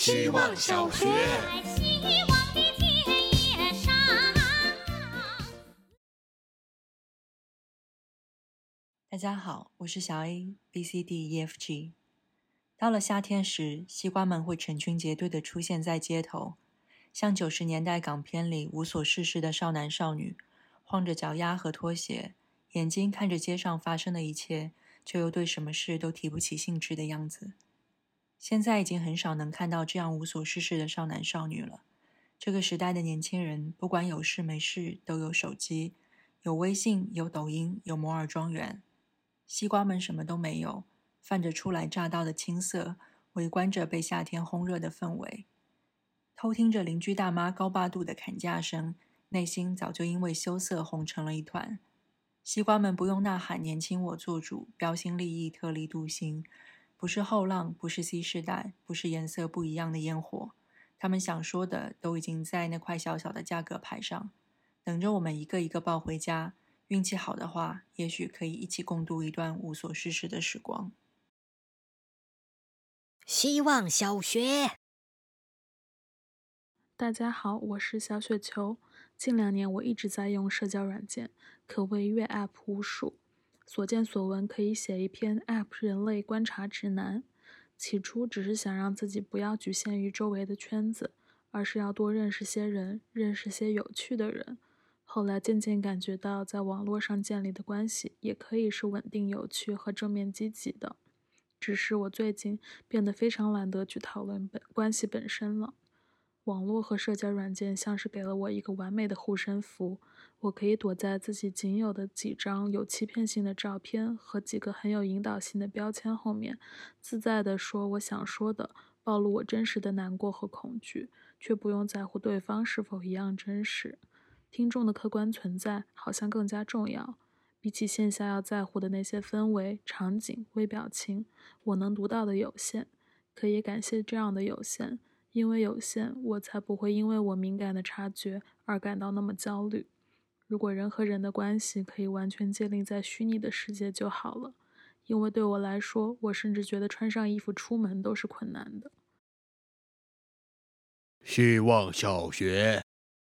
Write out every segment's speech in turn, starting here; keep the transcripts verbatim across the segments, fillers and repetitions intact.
希望小学。 大家好，我是小 A B C D E F G。 到了夏天时，西瓜们会成群结队地出现在街头，像九十年代港片里无所事事的少男少女，晃着脚丫和拖鞋，眼睛看着街上发生的一切，却又对什么事都提不起兴致的样子。现在已经很少能看到这样无所事事的少男少女了。这个时代的年轻人，不管有事没事都有手机，有微信，有抖音，有摩尔庄园。西瓜们什么都没有，泛着初来乍到的青涩，围观着被夏天烘热的氛围，偷听着邻居大妈高八度的砍价声，内心早就因为羞涩红成了一团。西瓜们不用呐喊年轻我做主，标新立异，特立独行，不是后浪，不是 C 世代，不是颜色不一样的烟火，他们想说的都已经在那块小小的价格牌上，等着我们一个一个抱回家。运气好的话，也许可以一起共度一段无所事事的时光。 希望小学。 大家好，我是小雪球。近两年我一直在用社交软件，可谓阅 App 无数，所见所闻可以写一篇 App 人类观察指南。起初只是想让自己不要局限于周围的圈子，而是要多认识些人，认识些有趣的人。后来渐渐感觉到，在网络上建立的关系也可以是稳定、有趣和正面积极的。只是我最近变得非常懒得去讨论本关系本身了。网络和社交软件像是给了我一个完美的护身符，我可以躲在自己仅有的几张有欺骗性的照片和几个很有引导性的标签后面，自在地说我想说的，暴露我真实的难过和恐惧，却不用在乎对方是否一样真实。听众的客观存在好像更加重要，比起线下要在乎的那些氛围、场景、微表情，我能读到的有限。可以感谢这样的有限，因为有限，我才不会因为我敏感的察觉而感到那么焦虑。如果人和人的关系可以完全建立在虚拟的世界就好了，因为对我来说，我甚至觉得穿上衣服出门都是困难的。 希望小学。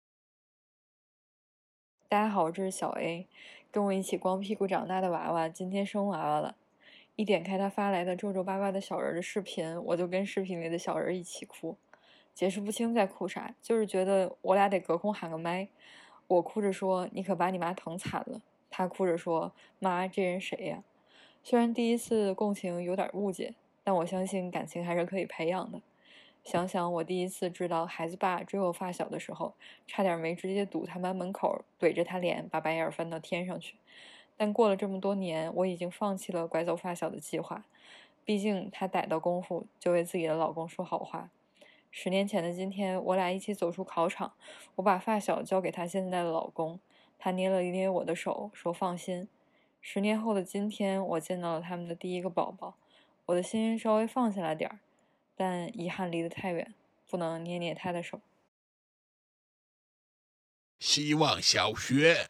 大家好，这是小 A， 跟我一起光屁股长大的娃娃今天生娃娃了。一点开他发来的皱皱巴巴的小人的视频，我就跟视频里的小人一起哭，解释不清在哭啥，就是觉得我俩得隔空喊个麦。我哭着说你可把你妈疼惨了，他哭着说妈这人谁呀？虽然第一次共情有点误解，但我相信感情还是可以培养的。想想我第一次知道孩子爸追我发小的时候，差点没直接堵他班门口，怼着他脸把白眼翻到天上去。但过了这么多年，我已经放弃了拐走发小的计划，毕竟他逮到功夫就为自己的老公说好话。十年前的今天，我俩一起走出考场，我把发小交给他现在的老公，他捏了一捏我的手，说放心。十年后的今天，我见到了他们的第一个宝宝，我的心稍微放下来点儿，但遗憾离得太远，不能捏捏他的手。 希望小学。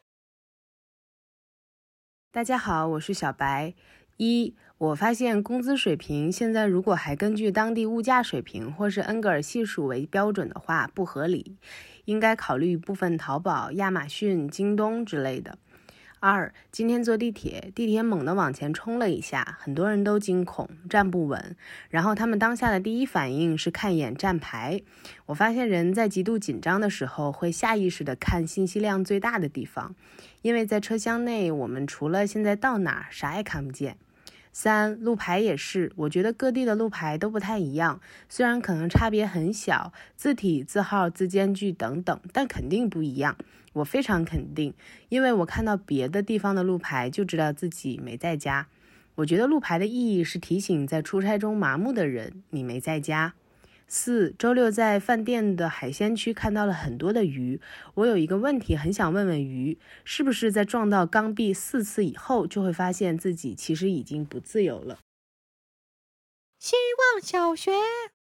大家好，我是小白。一，我发现工资水平现在如果还根据当地物价水平或是恩格尔系数为标准的话，不合理，应该考虑部分淘宝、亚马逊、京东之类的。二，今天坐地铁，地铁猛地往前冲了一下，很多人都惊恐，站不稳，然后他们当下的第一反应是看一眼站牌。我发现人在极度紧张的时候会下意识地看信息量最大的地方，因为在车厢内我们除了现在到哪啥也看不见。三，路牌也是，我觉得各地的路牌都不太一样，虽然可能差别很小，字体、字号、字间距等等，但肯定不一样。我非常肯定，因为我看到别的地方的路牌就知道自己没在家。我觉得路牌的意义是提醒在出差中麻木的人，你没在家。四，周六在饭店的海鲜区看到了很多的鱼，我有一个问题很想问问鱼，是不是在撞到钢壁四次以后，就会发现自己其实已经不自由了？ 希望小学。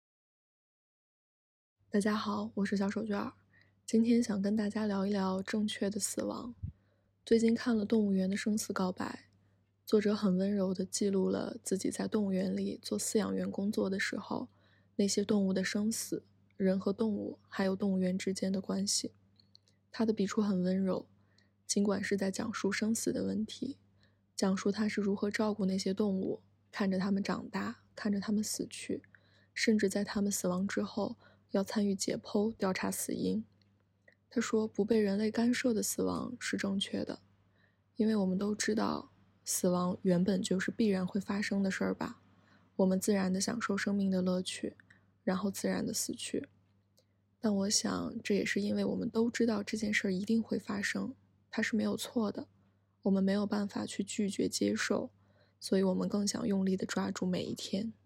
大家好，我是小手绢，今天想跟大家聊一聊正确的死亡。最近看了动物园的生死告白，作者很温柔地记录了自己在动物园里做饲养员工作的时候， 那些动物的生死，人和动物还有动物园之间的关系。他的笔触很温柔，尽管是在讲述生死的问题，讲述他是如何照顾那些动物，看着他们长大，看着他们死去，甚至在他们死亡之后要参与解剖调查死因。他说不被人类干涉的死亡是正确的，因为我们都知道死亡原本就是必然会发生的事儿吧，我们自然地享受生命的乐趣，然后自然地死去。但我想这也是因为我们都知道这件事儿一定会发生，它是没有错的，我们没有办法去拒绝接受，所以我们更想用力地抓住每一天。